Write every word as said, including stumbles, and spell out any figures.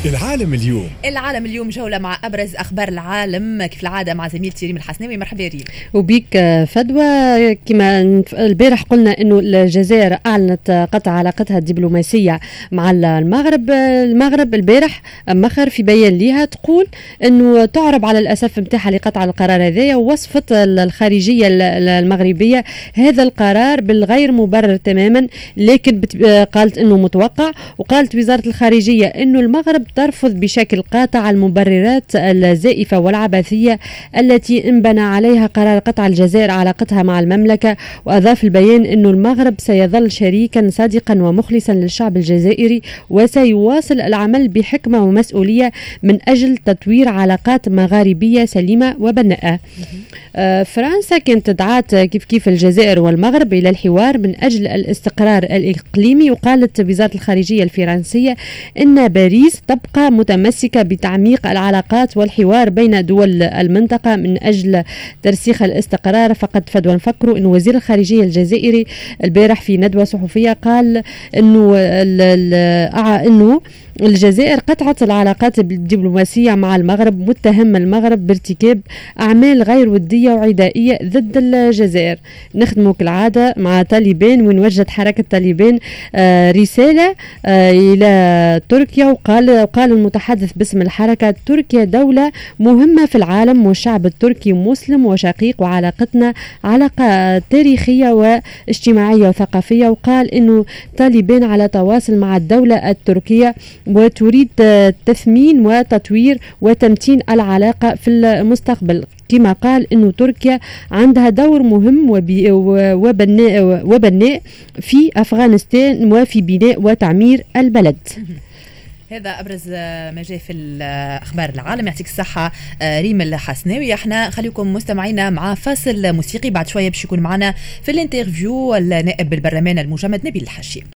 العالم اليوم. العالم اليوم جولة مع أبرز أخبار العالم كيف العادة مع زميلتي ريم الحسناوي. مرحبا ريم. وبيك فدوى. كما البارح قلنا أنه الجزائر أعلنت قطع علاقتها الدبلوماسية مع المغرب. المغرب البارح مخر في بيان ليها تقول أنه تعرب على الأسف متاحة لقطع القرار هذا، ووصفت الخارجية المغربية هذا القرار بالغير مبرر تماما، لكن قالت أنه متوقع. وقالت وزارة الخارجية أنه المغرب ترفض بشكل قاطع المبررات الزائفة والعبثية التي انبنى عليها قرار قطع الجزائر علاقتها مع المملكة. وأضاف البيان أن المغرب سيظل شريكا صادقا ومخلصا للشعب الجزائري، وسيواصل العمل بحكمة ومسؤولية من أجل تطوير علاقات مغاربية سليمة وبناءة. آه فرنسا كانت دعات كيف كيف الجزائر والمغرب إلى الحوار من أجل الاستقرار الإقليمي. وقالت وزارة الخارجية الفرنسية أن باريس تبقى متمسكة بتعميق العلاقات والحوار بين دول المنطقة من أجل ترسيخ الاستقرار. فقد فدوا نفكروا أن وزير الخارجية الجزائري البارح في ندوة صحفية قال أنه أنه الجزائر قطعت العلاقات الدبلوماسية مع المغرب، متهم المغرب بارتكاب أعمال غير ودية وعدائية ضد الجزائر. نخدموا كالعادة مع طالبان، وين وجهت حركة طالبان آه رسالة آه إلى تركيا. وقال وقال المتحدث باسم الحركة: تركيا دولة مهمة في العالم، والشعب التركي مسلم وشقيق، وعلاقتنا علاقة تاريخية واجتماعية وثقافية. وقال إنه طالبان على تواصل مع الدولة التركية وتريد تثمين وتطوير وتمتين العلاقة في المستقبل. كما قال إنه تركيا عندها دور مهم وبناء وبناء في أفغانستان وفي بناء وتعمير البلد. هذا أبرز ما جاء في الأخبار العالم. يعطيك الصحة ريم الحسناوي. احنا خليكم مستمعينا مع فاصل موسيقي، بعد شوية باش يكون معنا في الانترفيو النائب بالبرلمان المجمد نبيل الحشي.